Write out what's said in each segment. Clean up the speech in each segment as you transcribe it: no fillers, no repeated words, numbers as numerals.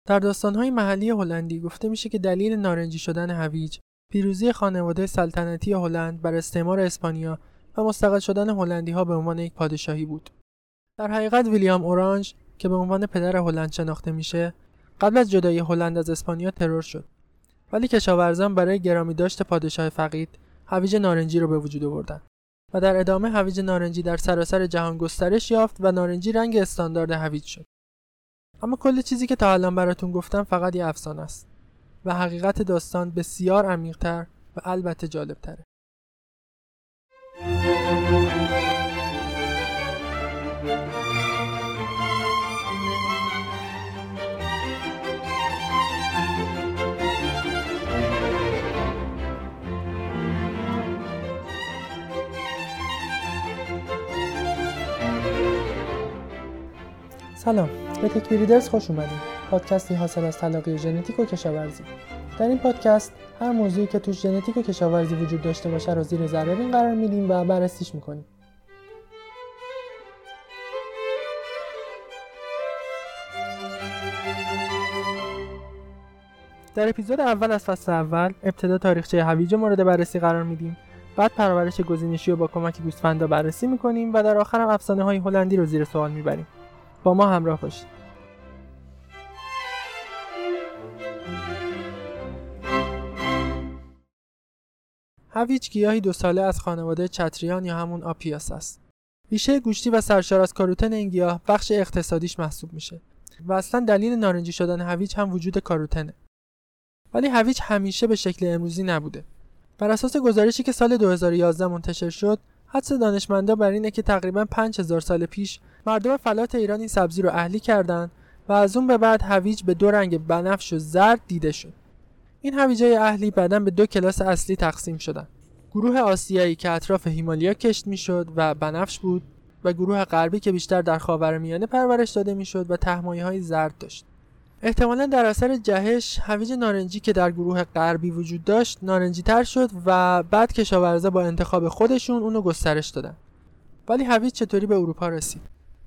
در داستان‌های محلی هلندی گفته میشه که دلیل نارنجی شدن هویج پیروزی خانواده سلطنتی هلند بر استعمار اسپانیا و مستقل شدن هلندی‌ها به عنوان یک پادشاهی بود. در حقیقت ویلیام اورانژ که به عنوان پدر هلند شناخته میشه، قبل از جدایی هلند از اسپانیا ترور شد. ولی کشاورزان برای گرامی داشت پادشاه فقید هویج نارنجی رو به وجود آوردن و در ادامه هویج نارنجی در سراسر جهان گسترش یافت و نارنجی رنگ استاندارد هویج شد. اما کل چیزی که تا الان براتون گفتم فقط یه افسانه است و حقیقت داستان بسیار عمیق‌تر و البته جالب‌تره. سلام، به تک بریدرز خوش اومدید. پادکستی حاصل از تلاقی ژنتیک و کشاورزی. در این پادکست هر موضوعی که توش ژنتیک و کشاورزی وجود داشته باشه رو زیر ذره بین قرار میدیم و بررسیش میکنیم. در اپیزود اول از فصل اول ابتدا تاریخچه هویج مورد بررسی قرار میدیم، بعد پرورش گزینشی رو با کمک گوسفندا بررسی میکنیم و در آخر هم افسانه‌های هلندی رو زیر سوال میبریم. با ما همراه باشید. هویج گیاهی 2 ساله از خانواده چتریان یا همون آپیاس است. ریشه گوشتی و سرشار از کاروتن این گیاه بخش اقتصادیش محسوب میشه و اصلا دلیل نارنجی شدن هویج هم وجود کاروتنه. ولی هویج همیشه به شکل امروزی نبوده. بر اساس گزارشی که سال 2011 منتشر شد، حدس دانشمندا بر اینه که تقریباً 5000 سال پیش مردم فلات ایران این سبزی رو اهلی کردن و از اون به بعد هویج به 2 رنگ بنفش و زرد دیده شد. این هویجای اهلی بعداً به 2 کلاس اصلی تقسیم شدن. گروه آسیایی که اطراف هیمالیا کشت میشد و بنفش بود و گروه غربی که بیشتر در خاورمیانه پرورش داده میشد و طحمایه‌های زرد داشت. احتمالاً در اثر جهش هویج نارنجی که در گروه غربی وجود داشت نارنجی تر شد و بعد کشاورزا با انتخاب خودشون اونو گسترش دادن. ولی هویج چطوری به اروپا رسید؟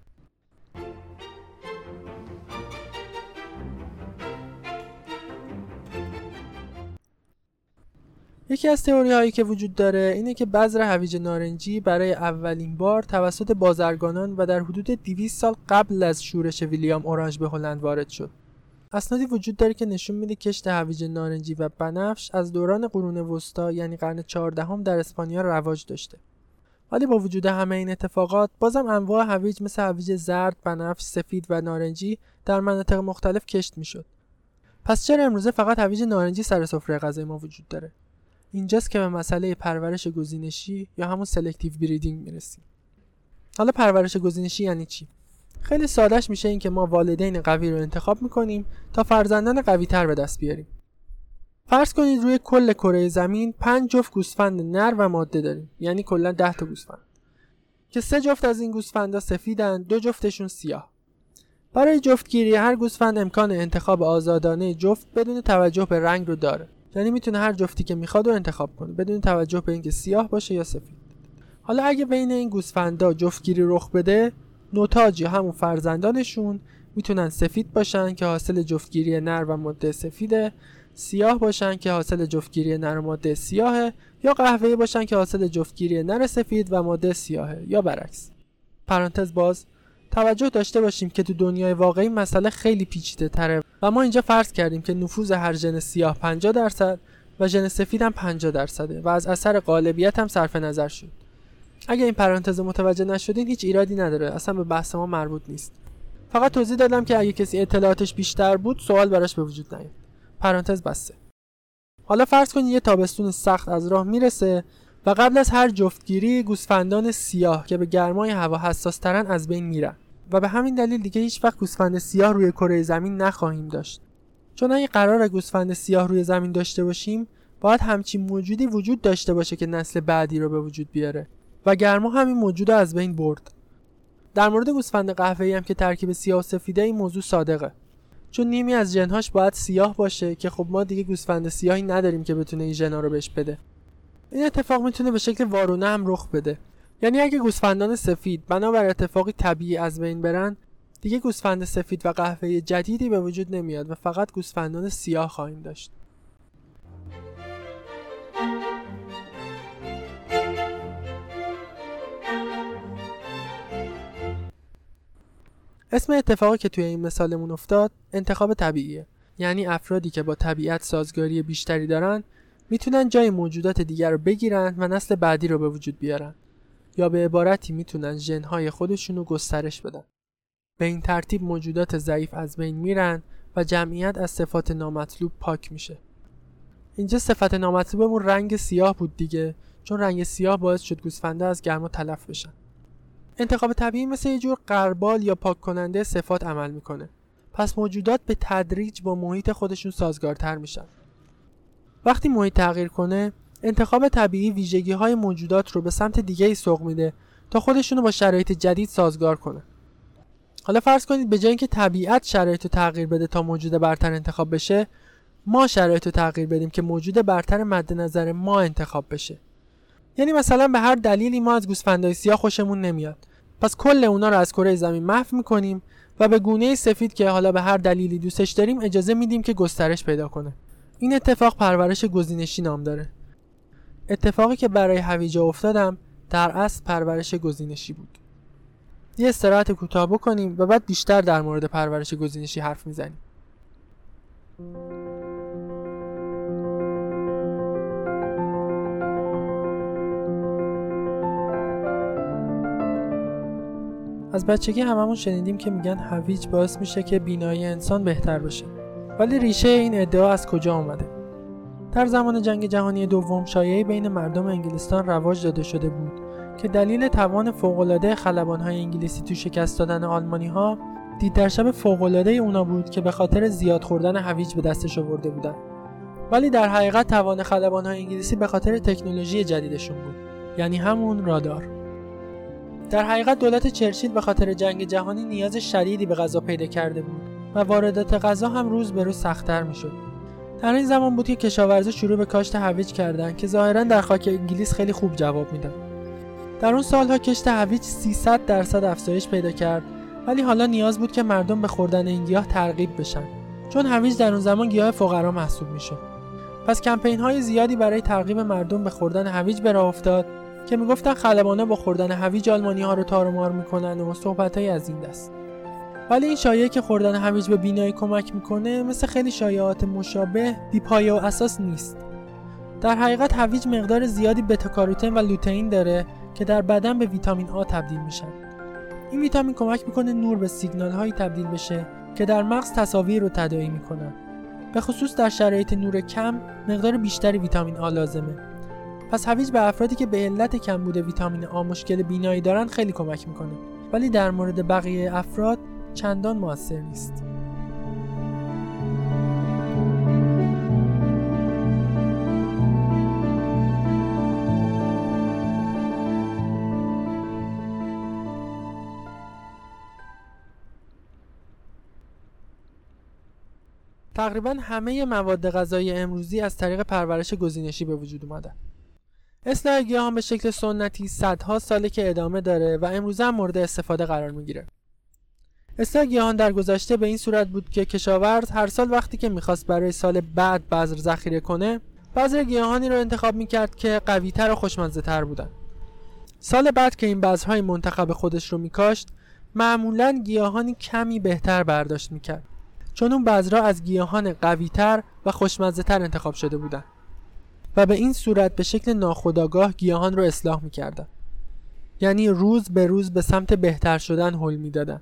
یکی از تئوری‌هایی که وجود داره اینه که بذر هویج نارنجی برای اولین بار توسط بازرگانان و در حدود 200 سال قبل از شورش ویلیام اورانژ به هلند وارد شد. اسنادی وجود داره که نشون میده کشت هویج نارنجی و بنفش از دوران قرون وسطا یعنی قرن 14 در اسپانیا رواج داشته. ولی با وجود همه این اتفاقات بازم انواع هویج مثل هویج زرد، بنفش، سفید و نارنجی در مناطق مختلف کشت میشد. پس چرا امروزه فقط هویج نارنجی سر سفره غذای ما وجود داره؟ اینجاست که به مسئله پرورش گزینشی یا همون سلکتیو بریدینگ میرسیم. حالا پرورش گزینشی یعنی چی؟ خیلی سادهش میشه این که ما والدین قوی رو انتخاب میکنیم تا فرزندان قوی تر به دست بیاریم. فرض کنید روی کل کره زمین 5 جفت گوسفند نر و ماده داریم، یعنی کلا 10 تا گوسفند که 3 جفت از این گوسفندا سفیدن، 2 جفتشون سیاه. برای جفتگیری هر گوسفند امکان انتخاب آزادانه جفت بدون توجه به رنگ رو داره، یعنی میتونه هر جفتی که میخواد رو انتخاب کنه بدون توجه به اینکه سیاه باشه یا سفید. حالا اگه بین این گوسفندا جفتگیری رخ بده، نوتاج یا همون فرزندانشون میتونن سفید باشن که حاصل جفتگیری نر و ماده سفیده، سیاه باشن که حاصل جفتگیری نر و ماده سیاهه، یا قهوه‌ای باشن که حاصل جفتگیری نر سفید و ماده سیاهه یا برعکس. پرانتز باز، توجه داشته باشیم که تو دنیای واقعی مسئله خیلی پیچیده تره و ما اینجا فرض کردیم که نفوذ هر ژن سیاه 50% و ژن سفید هم 50% و از اثر غالبیت هم صرف نظر شد. اگه این پرانتز متوجه نشدین هیچ ایرادی نداره، اصلا به بحث ما مربوط نیست. فقط توضیح دادم که اگه کسی اطلاعاتش بیشتر بود سوال براش به وجود نیاد. پرانتز بسته. حالا فرض کنید یه تابستون سخت از راه میرسه و قبل از هر جفتگیری گوسفندان سیاه که به گرمای هوا حساس ترن از بین میرن و به همین دلیل دیگه هیچ وقت گوسفند سیاه روی کره زمین نخواهیم داشت. چون اگه قراره گوسفند سیاه روی زمین داشته باشیم باید همچین موجودی وجود داشته باشه که نسل بعدی رو به وجود بیاره و گرما همین موجود رو از بین برد. در مورد گوسفند قهوه‌ای هم که ترکیب سیاه و سفیده این موضوع صادقه، چون نیمی از ژن‌هاش باید سیاه باشه که خب ما دیگه گوسفند سیاهی نداریم که بتونه این ژنا رو بهش بده. این اتفاق میتونه به شکل وارونه هم رخ بده، یعنی اگه گوسفندان سفید بنابر اتفاقی طبیعی از بین برن، دیگه گوسفند سفید و قهوه‌ای جدیدی به وجود نمیاد و فقط گوسفندان سیاه خواهیم داشت. اسم اتفاقی که توی این مثالمون افتاد انتخاب طبیعیه. یعنی افرادی که با طبیعت سازگاری بیشتری دارن میتونن جای موجودات دیگر رو بگیرن و نسل بعدی رو به وجود بیارن، یا به عبارتی میتونن ژن‌های خودشون رو گسترش بدن. به این ترتیب موجودات ضعیف از بین میرن و جمعیت از صفات نامطلوب پاک میشه. اینجا صفت نامطلوبمون رنگ سیاه بود دیگه، چون رنگ سیاه باعث شد گوسفنده از گرما تلف بشن. انتخاب طبیعی مثل یه جور غربال یا پاک کننده صفات عمل میکنه. پس موجودات به تدریج با محیط خودشون سازگارتر میشن. وقتی محیط تغییر کنه، انتخاب طبیعی ویژگی‌های موجودات رو به سمت دیگه‌ای سوق میده تا خودشون رو با شرایط جدید سازگار کنه. حالا فرض کنید به جای اینکه طبیعت شرایط رو تغییر بده تا موجود برتر انتخاب بشه، ما شرایط رو تغییر بدیم که موجود برتر مد نظر ما انتخاب بشه. یعنی مثلا به هر دلیلی ما از گوسفندای سیاه خوشمون نمیاد، پس کل اونا رو از کره زمین محو میکنیم و به گونه سفید که حالا به هر دلیلی دوستش داریم اجازه میدیم که گسترش پیدا کنه. این اتفاق پرورش گزینشی نام داره. اتفاقی که برای هویجا افتادم در اصل پرورش گزینشی بود. یه استراحت کوتاه بکنیم و بعد بیشتر در مورد پرورش گزینشی حرف میزنیم. از بچگی هممون شنیدیم که میگن هویج باعث میشه که بینایی انسان بهتر بشه. ولی ریشه این ادعا از کجا اومده؟ در زمان جنگ جهانی دوم شایعی بین مردم انگلستان رواج داده شده بود که دلیل توان فوق‌العاده خلبان‌های انگلیسی تو شکست دادن آلمانی‌ها دید در شب فوق‌العاده اونا بود که به خاطر زیاد خوردن هویج به دستش آورده بودن. ولی در حقیقت توان خلبان‌های انگلیسی به خاطر تکنولوژی جدیدشون بود، یعنی همون رادار. در حقیقت دولت چرچیل به خاطر جنگ جهانی نیاز شدیدی به غذا پیدا کرده بود و واردات غذا هم روز به روز سخت‌تر می‌شد. در این زمان بود که کشاورزا شروع به کاشت هویج کردند که ظاهراً در خاک انگلیس خیلی خوب جواب میداد. در اون سالها کشت هویج 300% افزایش پیدا کرد، ولی حالا نیاز بود که مردم به خوردن این گیاه ترغیب بشن، چون هویج در اون زمان گیاه فقرا محسوب میشه. پس کمپین‌های زیادی برای ترغیب مردم به خوردن هویج به راه افتاد که میگفتن خلبانا با خوردن هویج آلمانی‌ها رو تار و مار میکنن و صحبتای از این دست. ولی این شایعه که خوردن هویج به بینایی کمک میکنه مثل خیلی شایعات مشابه بی‌پایه و اساس نیست. در حقیقت هویج مقدار زیادی بتا کاروتن و لوتئین داره که در بدن به ویتامین آ تبدیل میشن. این ویتامین کمک میکنه نور به سیگنال هایی تبدیل بشه که در مغز تصاویر رو تداعی میکنن. به خصوص در شرایط نور کم مقدار بیشتری ویتامین آ لازمه. پس هویج به افرادی که به علت کمبود ویتامین آ مشکل بینایی دارن خیلی کمک میکنه، ولی در مورد بقیه افراد چندان موثر نیست. تقریباً همه مواد غذایی امروزی از طریق پرورش گزینشی به وجود اومدن. اصلاح گیاهان به شکل سنتی صدها ساله که ادامه داره و امروزه هم مورد استفاده قرار میگیره. اصلاح گیاهان در گذشته به این صورت بود که کشاورز هر سال وقتی که میخواست برای سال بعد بذر ذخیره کنه، بذر گیاهانی رو انتخاب میکرد که قوی‌تر و خوشمزه‌تر بودن. سال بعد که این بذرهای منتخب خودش رو میکاشت، معمولاً گیاهانی کمی بهتر برداشت میکرد، چون اون بذرها از گیاهان قوی‌تر و خوشمزه‌تر انتخاب شده بودن و به این صورت به شکل ناخودآگاه گیاهان رو اصلاح میکردن. یعنی روز به روز به سمت بهتر شدن هل میدادن.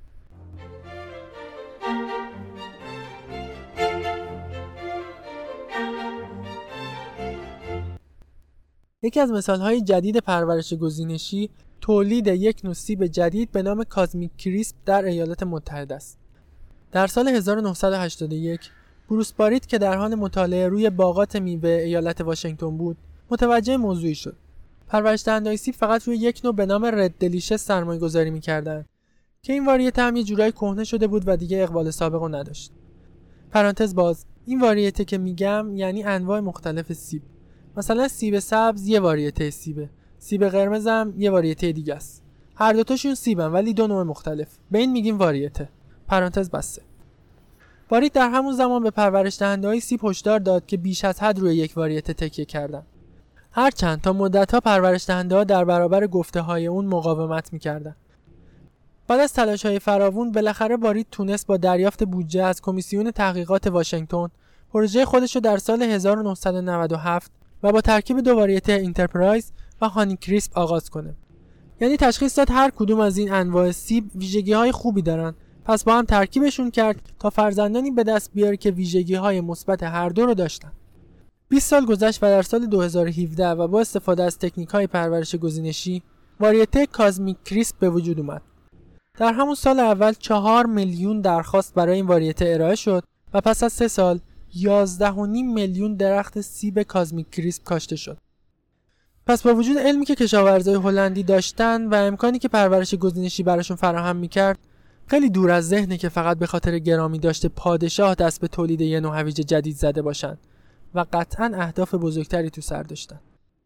یکی از مثالهای جدید پرورش گزینشی تولید یک نوع سیب جدید به نام کازمیک کریسپ در ایالات متحده است. در سال 1981 بروس باریت که در حال مطالعه روی باغات میوه ایالت واشنگتن بود، متوجه موضوعی شد. پرورش‌دهنده‌های سیب فقط روی یک نوع به نام رد دلیشس سرمایه‌گذاری می‌کردند که این واریته هم یه جورایی کهنه شده بود و دیگه اقبال سابقو نداشت. پرانتز باز، این واریته که میگم یعنی انواع مختلف سیب. مثلا سیب سبز یه واریته سیبه، سیب قرمز هم یه واریته دیگه است. هر دوتاشون سیبن ولی دو نوع مختلف. به این میگیم واریته. پرانتز بسته. باریت در همون زمان به پرورش دهنده‌های سیب هشدار داد که بیش از حد روی یک واریته تکیه کردن. هرچند تا مدت‌ها پرورش دهنده‌ها در برابر گفته‌های اون مقاومت می‌کردن. بعد از تلاش‌های فراوون بالاخره باریت تونست با دریافت بودجه از کمیسیون تحقیقات واشنگتن پروژه خودش رو در سال 1997 و با ترکیب دو واریته اینترپرایز و هانی کریسپ آغاز کنه. یعنی تشخیص داد هر کدوم از این انواع سیب ویژگی‌های خوبی دارن، پس با هم ترکیبشون کرد تا فرزندانی به دست بیاره که ویژگی‌های مثبت هر دو رو داشتن. 20 سال گذشت و در سال 2017 و با استفاده از تکنیک‌های پرورش گزینشی واریته کازمیک کریسپ به وجود اومد. در همون سال اول 4 میلیون درخواست برای این واریته ارائه شد و پس از 3 سال 11.5 میلیون درخت سیب کازمیک کریسپ کاشته شد. پس با وجود علمی که کشاورزای هلندی داشتن و امکانی که پرورش گزینشی براشون فراهم می‌کرد، خیلی دور از ذهنه که فقط به خاطر گرامی داشته پادشاه دست به تولید یه نوع هویج جدید زده باشن و قطعاً اهداف بزرگتری تو سر داشتن.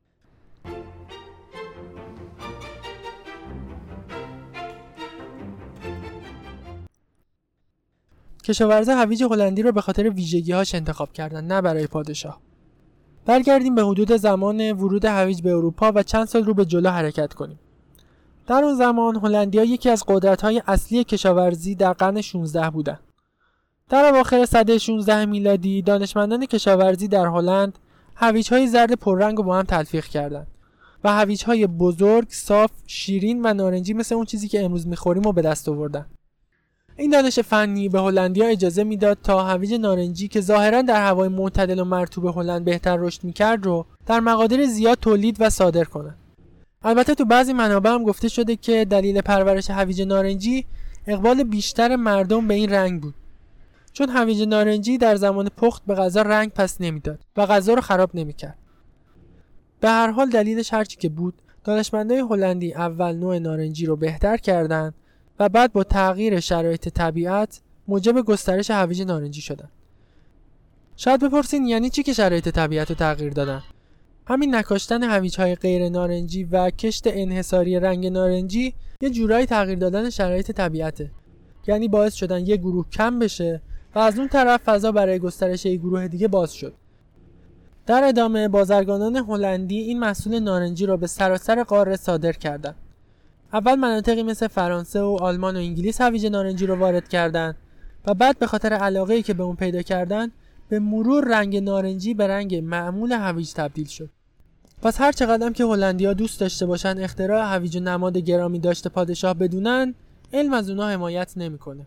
کشاورزا هویج هلندی رو به خاطر ویژگی‌هاش انتخاب کردن، نه برای پادشاه. برگردیم به حدود زمان ورود هویج به اروپا و چند سال رو به جلو حرکت کنیم. در اون زمان هلندی‌ها یکی از قدرت‌های اصلی کشاورزی در قرن 16 بودند. در اواخر سده 16 میلادی دانشمندان کشاورزی در هلند هویج‌های زرد پررنگ رو با هم تلفیق کردند و هویج‌های بزرگ، صاف، شیرین و نارنجی مثل اون چیزی که امروز می‌خوریم رو به دست آوردن. این دانش فنی به هلندی‌ها اجازه میداد تا هویج نارنجی که ظاهراً در هوای معتدل و مرطوب هلند بهتر رشد می‌کرد رو در مقادیر زیاد تولید و صادر کنند. البته تو بعضی منابع هم گفته شده که دلیل پرورش هویج نارنجی اقبال بیشتر مردم به این رنگ بود، چون هویج نارنجی در زمان پخت به غذا رنگ پس نمیداد و غذا رو خراب نمی‌کرد. به هر حال دلیلش هرچی که بود، دانشمندای هلندی اول نوع نارنجی رو بهتر کردند و بعد با تغییر شرایط طبیعت موجب گسترش هویج نارنجی شدن. شاید بپرسین یعنی چی که شرایط طبیعت رو تغییر دادن؟ همین نکاشتن هویج‌های غیر نارنجی و کشت انحصاری رنگ نارنجی یه جورایی تغییر دادن شرایط طبیعته. یعنی باعث شدن یه گروه کم بشه و از اون طرف فضا برای گسترش یه گروه دیگه باز شد. در ادامه بازرگانان هلندی این محصول نارنجی رو به سراسر قاره صادر کردند. اول مناطقی مثل فرانسه و آلمان و انگلیس هویج نارنجی رو وارد کردند و بعد به خاطر علاقه‌ای که به اون پیدا کردن به مرور رنگ نارنجی به رنگ معمول هویج تبدیل شد. پس هر چقدر که هلندی‌ها دوست داشته باشن اختراع هویج و نماد گرامی داشته پادشاه بدونن، علم از اونها حمایت نمی‌کنه.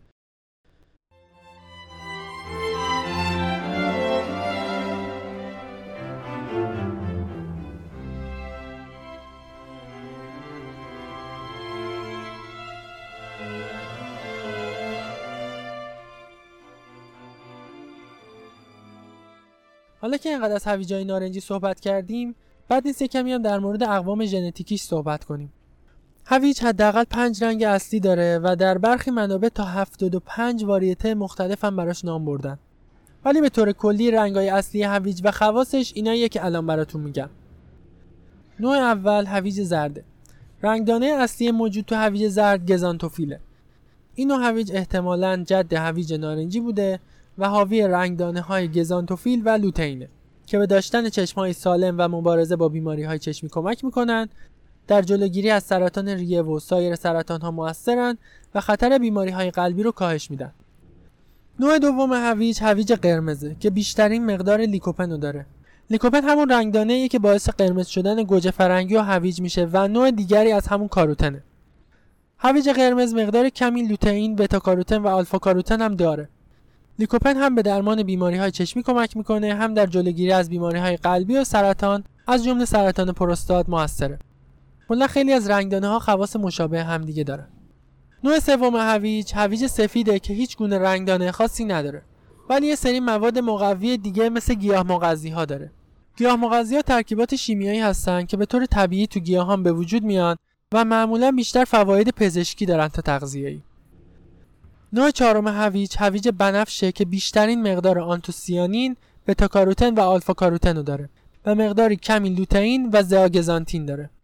حالا که اینقدر از هویج‌های نارنجی صحبت کردیم، بعد نیست کمی هم در مورد اقوام ژنتیکیش صحبت کنیم. هویج حداقل 5 رنگ اصلی داره و در برخی منابع تا 75 واریته مختلف هم براش نام بردن. ولی به طور کلی رنگ‌های اصلی هویج و خواصش ایناییه که الان براتون میگم. نوع اول هویج زرده. رنگدانه اصلی موجود تو هویج زرد گزانتوفیله. این نوع هویج احتمالاً جد هویج نارنجی بوده و حاوی رنگدانه‌های گزانتوفیل و لوتئینه که به داشتن چشم‌های سالم و مبارزه با بیماری‌های چشمی کمک می‌کنن، در جلوگیری از سرطان ریه و سایر سرطان‌ها مؤثرن و خطر بیماری‌های قلبی رو کاهش میدن. نوع دوم هویج قرمزه که بیشترین مقدار لیکوپن رو داره. لیکوپن همون رنگدانه‌ایه که باعث قرمز شدن گوجه فرنگی و هویج میشه و نوع دیگری از همون کاروتنه. هویج قرمز مقدار کمی لوتئین، بتا کاروتن و آلفا کاروتن هم داره. لیکوپن هم به درمان بیماری‌های چشمی کمک میکنه، هم در جلوگیری از بیماری‌های قلبی و سرطان از جمله سرطان پروستات موثره. کلا خیلی از رنگدانه‌ها خواص مشابه هم دیگه دارن. نوع سوم هویج سفیده که هیچ گونه رنگدانه خاصی نداره، ولی یه سری مواد مقوی دیگه مثل گیاه مغذی‌ها داره. گیاه مغذی‌ها ترکیبات شیمیایی هستن که به طور طبیعی تو گیاهان به وجود میان و معمولا بیشتر فواید پزشکی دارن تا تغذیه‌ای. نوع چهارم هویج بنفشه که بیشترین مقدار آنتوسیانین، بتا کاروتن و آلفا کاروتن رو داره و مقداری کمی لوتئین و زئاگزانتین داره.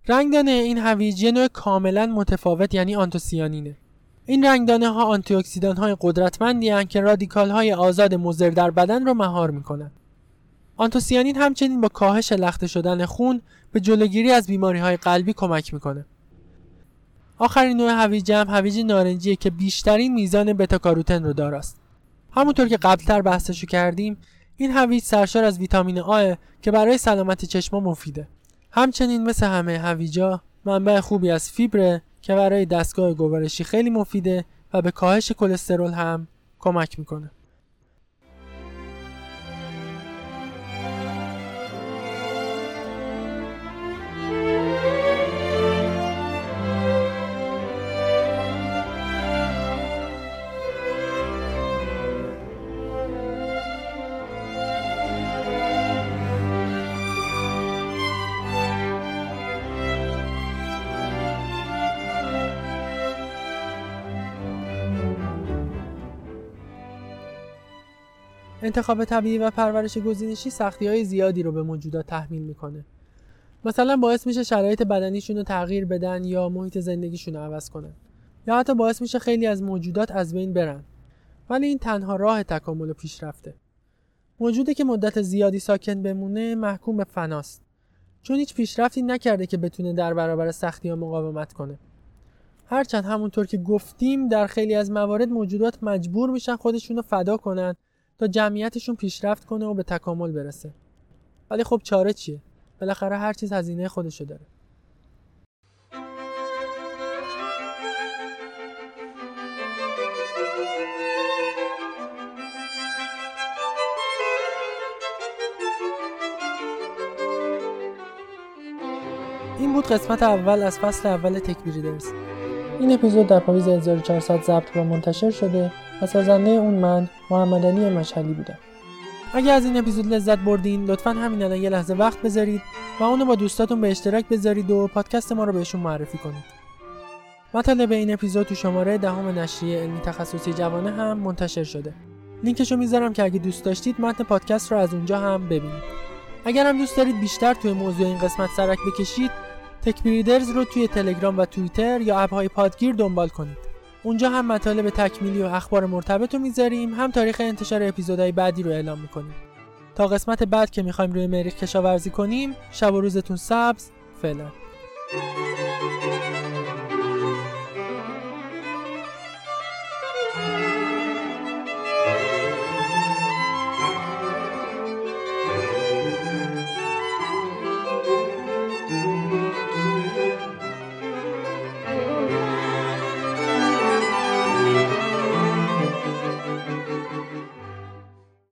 رنگدانه این هویج یه نوع کاملا متفاوت یعنی آنتوسیانینه. این رنگدانه ها آنتی اکسیدان های قدرتمندی هستند که رادیکال های آزاد مضر در بدن رو مهار میکنن. آنتوسیانین همچنین با کاهش لخته شدن خون به جلوگیری از بیماری های قلبی کمک میکنه. آخرین نوع هویج هم هویج نارنجیه که بیشترین میزان بتا کاروتن رو داراست. همونطور که قبلتر بحثشو کردیم، این هویج سرشار از ویتامین آ که برای سلامت چشما مفیده. همچنین مثل همه هویجا منبع خوبی از فیبره که برای دستگاه گوارشی خیلی مفیده و به کاهش کلسترول هم کمک میکنه. انتخاب طبیعی و پرورش گزینشی سختی‌های زیادی رو به موجودات تحمیل میکنه. مثلا باعث میشه شرایط بدنیشون رو تغییر بدن یا محیط زندگیشون رو عوض کنن. یا حتی باعث میشه خیلی از موجودات از بین برن. ولی این تنها راه تکامل و پیشرفته. موجودی که مدت زیادی ساکن بمونه محکوم به فناست. چون هیچ پیشرفتی نکرده که بتونه در برابر سختی‌ها مقاومت کنه. هرچند همونطور که گفتیم در خیلی از موارد موجودات مجبور میشن خودشون رو فدا کنن تا جمعیتشون پیشرفت کنه و به تکامل برسه. ولی خب چاره چیه؟ بالاخره هر چیز هزینه خودشو داره. این بود قسمت اول از فصل اول تک بریدرز. این اپیزود در پاییز 1400 ضبط و منتشر شده و سازنده اون من محمدعلی مشعلی بودم. اگه از این اپیزود لذت بردین لطفاً همین الان یه لحظه وقت بذارید و اونو با دوستاتون به اشتراک بذارید و پادکست ما رو بهشون معرفی کنید. مطالب این اپیزود تو شماره 10 نشریه علمی تخصصی جوانه هم منتشر شده. لینکشو میذارم که اگه دوست داشتید متن پادکست رو از اونجا هم ببینید. اگر هم دوست دارید بیشتر توی موضوع این قسمت سرک بکشید، تک بریدرز رو توی تلگرام و توییتر یا اپ‌های پادگیر دنبال کنید. اونجا هم مطالب تکمیلی و اخبار مرتبط رو میذاریم، هم تاریخ انتشار اپیزودهای بعدی رو اعلام میکنیم. تا قسمت بعد که میخوایم روی مریخ کشاورزی کنیم، شب و روزتون سبز. فعلا.